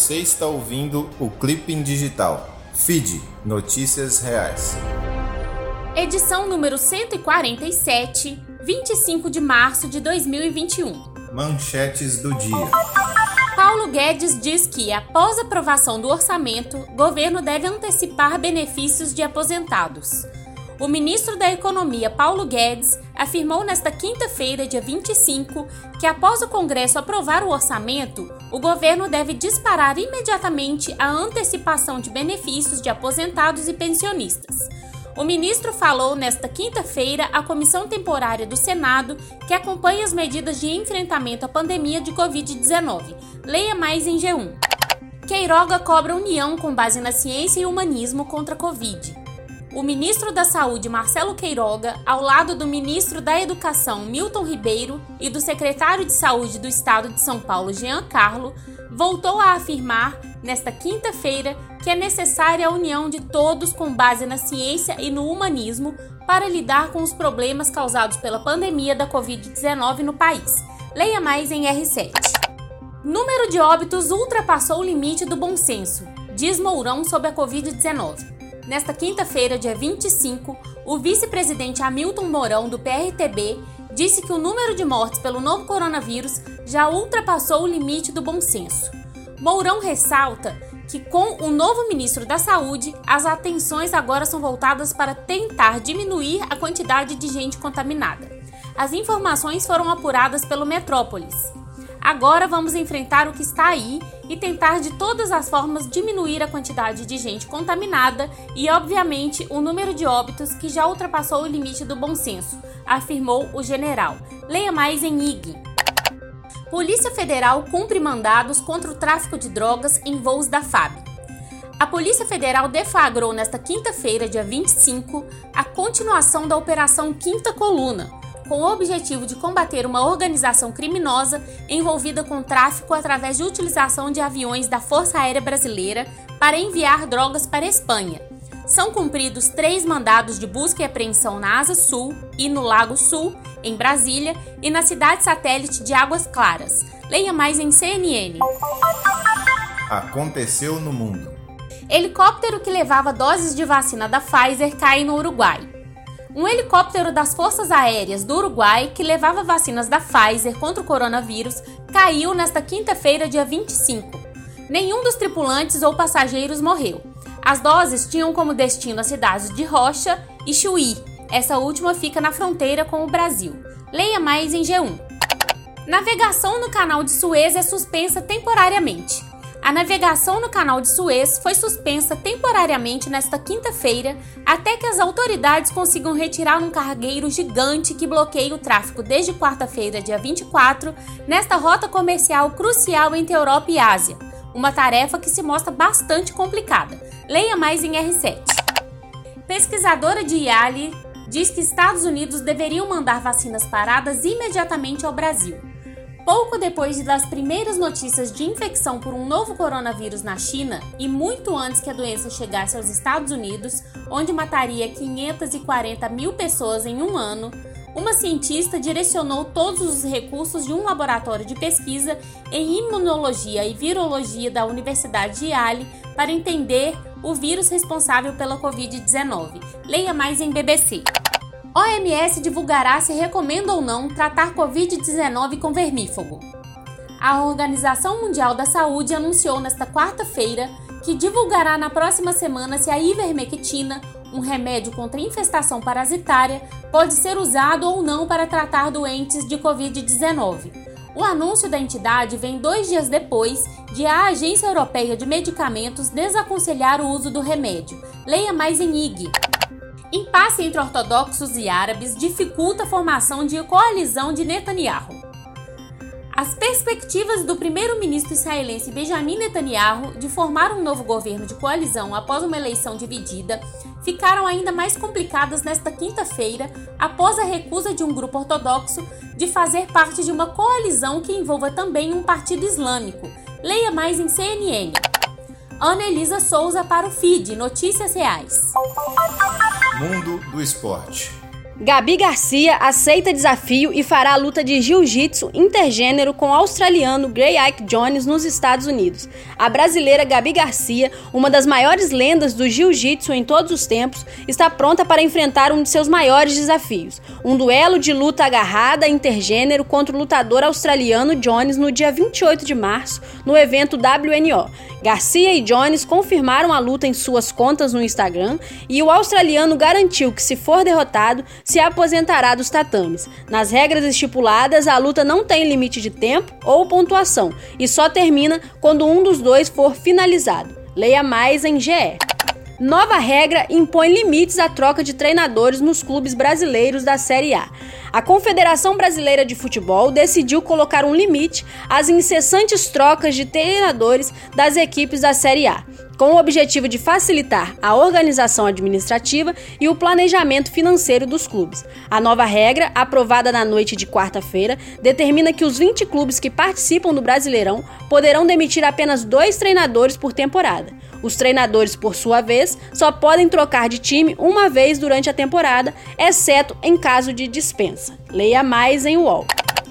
Você está ouvindo o Clipping Digital. Feed Notícias Reais. Edição número 147, 25 de março de 2021. Manchetes do dia. Paulo Guedes diz que, após a aprovação do orçamento, o governo deve antecipar benefícios de aposentados. O ministro da Economia, Paulo Guedes, afirmou nesta quinta-feira, dia 25, que após o Congresso aprovar o orçamento, o governo deve disparar imediatamente a antecipação de benefícios de aposentados e pensionistas. O ministro falou nesta quinta-feira à Comissão Temporária do Senado, que acompanha as medidas de enfrentamento à pandemia de Covid-19. Leia mais em G1. Queiroga cobra união com base na ciência e humanismo contra a Covid. O ministro da Saúde, Marcelo Queiroga, ao lado do ministro da Educação, Milton Ribeiro, e do secretário de Saúde do Estado de São Paulo, Jean Carlo, voltou a afirmar, nesta quinta-feira, que é necessária a união de todos com base na ciência e no humanismo para lidar com os problemas causados pela pandemia da Covid-19 no país. Leia mais em R7. Número de óbitos ultrapassou o limite do bom senso, diz Mourão sobre a Covid-19. Nesta quinta-feira, dia 25, o vice-presidente Hamilton Mourão, do PRTB, disse que o número de mortes pelo novo coronavírus já ultrapassou o limite do bom senso. Mourão ressalta que, com o novo ministro da Saúde, as atenções agora são voltadas para tentar diminuir a quantidade de gente contaminada. As informações foram apuradas pelo Metrópolis. Agora vamos enfrentar o que está aí e tentar de todas as formas diminuir a quantidade de gente contaminada e, obviamente, o número de óbitos que já ultrapassou o limite do bom senso, afirmou o general. Leia mais em IG. Polícia Federal cumpre mandados contra o tráfico de drogas em voos da FAB. A Polícia Federal deflagrou nesta quinta-feira, dia 25, a continuação da Operação Quinta Coluna, com o objetivo de combater uma organização criminosa envolvida com tráfico através de utilização de aviões da Força Aérea Brasileira para enviar drogas para a Espanha. São cumpridos 3 mandados de busca e apreensão na Asa Sul e no Lago Sul, em Brasília, e na cidade satélite de Águas Claras. Leia mais em CNN. Aconteceu no mundo. Helicóptero que levava doses de vacina da Pfizer cai no Uruguai. Um helicóptero das Forças Aéreas do Uruguai, que levava vacinas da Pfizer contra o coronavírus, caiu nesta quinta-feira, dia 25. Nenhum dos tripulantes ou passageiros morreu. As doses tinham como destino as cidades de Rocha e Chuí. Essa última fica na fronteira com o Brasil. Leia mais em G1. Navegação no Canal de Suez é suspensa temporariamente. A navegação no Canal de Suez foi suspensa temporariamente nesta quinta-feira até que as autoridades consigam retirar um cargueiro gigante que bloqueia o tráfego desde quarta-feira, dia 24, nesta rota comercial crucial entre Europa e Ásia, uma tarefa que se mostra bastante complicada. Leia mais em R7. Pesquisadora de Yale diz que Estados Unidos deveriam mandar vacinas paradas imediatamente ao Brasil. Pouco depois das primeiras notícias de infecção por um novo coronavírus na China e muito antes que a doença chegasse aos Estados Unidos, onde mataria 540 mil pessoas em um ano, uma cientista direcionou todos os recursos de um laboratório de pesquisa em imunologia e virologia da Universidade de Yale para entender o vírus responsável pela Covid-19. Leia mais em BBC. OMS divulgará se recomenda ou não tratar Covid-19 com vermífugo. A Organização Mundial da Saúde anunciou nesta quarta-feira que divulgará na próxima semana se a ivermectina, um remédio contra infestação parasitária, pode ser usado ou não para tratar doentes de Covid-19. O anúncio da entidade vem 2 dias depois de a Agência Europeia de Medicamentos desaconselhar o uso do remédio. Leia mais em IG. Impasse entre ortodoxos e árabes dificulta a formação de coalizão de Netanyahu. As perspectivas do primeiro-ministro israelense Benjamin Netanyahu de formar um novo governo de coalizão após uma eleição dividida ficaram ainda mais complicadas nesta quinta-feira após a recusa de um grupo ortodoxo de fazer parte de uma coalizão que envolva também um partido islâmico. Leia mais em CNN. Ana Elisa Souza para o Feed Notícias Reais. Mundo do esporte. Gabi Garcia aceita desafio e fará a luta de jiu-jitsu intergênero com o australiano Gray Ike Jones nos Estados Unidos. A brasileira Gabi Garcia, uma das maiores lendas do jiu-jitsu em todos os tempos, está pronta para enfrentar um de seus maiores desafios, um duelo de luta agarrada intergênero contra o lutador australiano Jones no dia 28 de março, no evento WNO. Garcia e Jones confirmaram a luta em suas contas no Instagram e o australiano garantiu que, se for derrotado, se aposentará dos tatames. Nas regras estipuladas, a luta não tem limite de tempo ou pontuação e só termina quando um dos dois for finalizado. Leia mais em GE. Nova regra impõe limites à troca de treinadores nos clubes brasileiros da Série A. A Confederação Brasileira de Futebol decidiu colocar um limite às incessantes trocas de treinadores das equipes da Série A, com o objetivo de facilitar a organização administrativa e o planejamento financeiro dos clubes. A nova regra, aprovada na noite de quarta-feira, determina que os 20 clubes que participam do Brasileirão poderão demitir apenas 2 treinadores por temporada. Os treinadores, por sua vez, só podem trocar de time uma vez durante a temporada, exceto em caso de dispensa. Leia mais em UOL.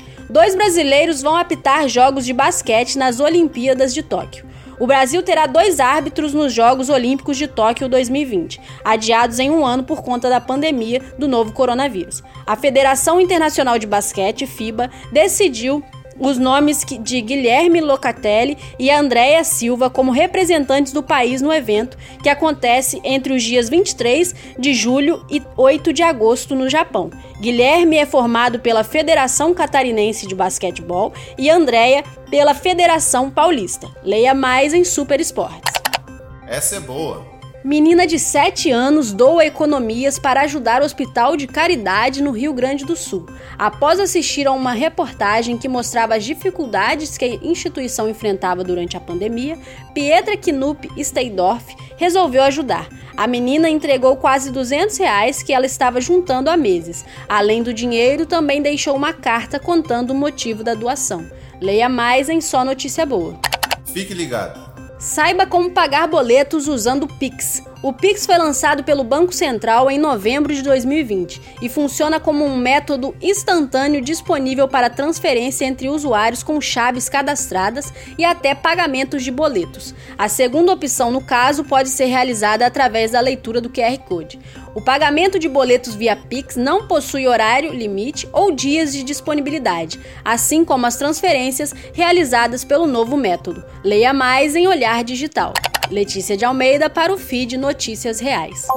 2 brasileiros vão apitar jogos de basquete nas Olimpíadas de Tóquio. O Brasil terá 2 árbitros nos Jogos Olímpicos de Tóquio 2020, adiados em um ano por conta da pandemia do novo coronavírus. A Federação Internacional de Basquete, FIBA, decidiu os nomes de Guilherme Locatelli e Andréia Silva como representantes do país no evento, que acontece entre os dias 23 de julho e 8 de agosto no Japão. Guilherme é formado pela Federação Catarinense de Basquetebol e Andréia pela Federação Paulista. Leia mais em Super Esportes. Essa é boa. Menina de 7 anos doa economias para ajudar o Hospital de Caridade no Rio Grande do Sul. Após assistir a uma reportagem que mostrava as dificuldades que a instituição enfrentava durante a pandemia, Pietra Knupp Steidorf resolveu ajudar. A menina entregou quase R$200 que ela estava juntando há meses. Além do dinheiro, também deixou uma carta contando o motivo da doação. Leia mais em Só Notícia Boa. Fique ligado. Saiba como pagar boletos usando o Pix. O Pix foi lançado pelo Banco Central em novembro de 2020 e funciona como um método instantâneo disponível para transferência entre usuários com chaves cadastradas e até pagamentos de boletos. A segunda opção, no caso, pode ser realizada através da leitura do QR Code. O pagamento de boletos via Pix não possui horário limite ou dias de disponibilidade, assim como as transferências realizadas pelo novo método. Leia mais em Olhar Digital. Letícia de Almeida para o feed Notícias Reais.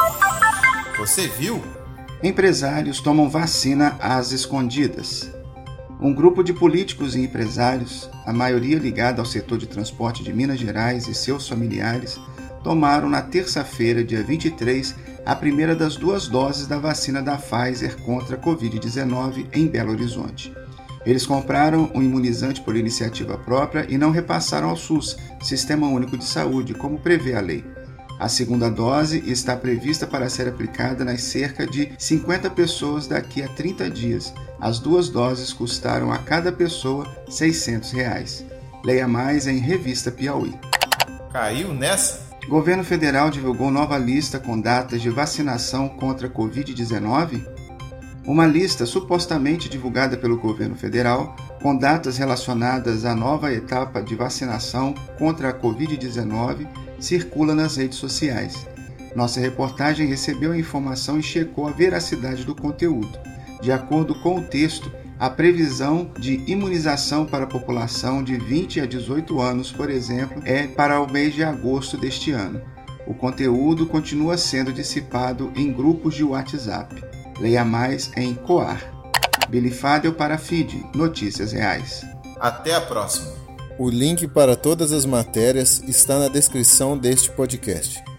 Você viu? Empresários tomam vacina às escondidas. Um grupo de políticos e empresários, a maioria ligada ao setor de transporte de Minas Gerais e seus familiares, tomaram na terça-feira, dia 23, a primeira das 2 doses da vacina da Pfizer contra a Covid-19 em Belo Horizonte. Eles compraram um imunizante por iniciativa própria e não repassaram ao SUS, Sistema Único de Saúde, como prevê a lei. A segunda dose está prevista para ser aplicada nas cerca de 50 pessoas daqui a 30 dias. As 2 doses custaram a cada pessoa R$600. Leia mais em Revista Piauí. Caiu nessa? O governo federal divulgou nova lista com datas de vacinação contra a Covid-19. Uma lista supostamente divulgada pelo governo federal, com datas relacionadas à nova etapa de vacinação contra a Covid-19, circula nas redes sociais. Nossa reportagem recebeu a informação e checou a veracidade do conteúdo. De acordo com o texto, a previsão de imunização para a população de 20 a 18 anos, por exemplo, é para o mês de agosto deste ano. O conteúdo continua sendo dissipado em grupos de WhatsApp. Leia mais em Coar. Billy Fadel para Feed Notícias Reais. Até a próxima. O link para todas as matérias está na descrição deste podcast.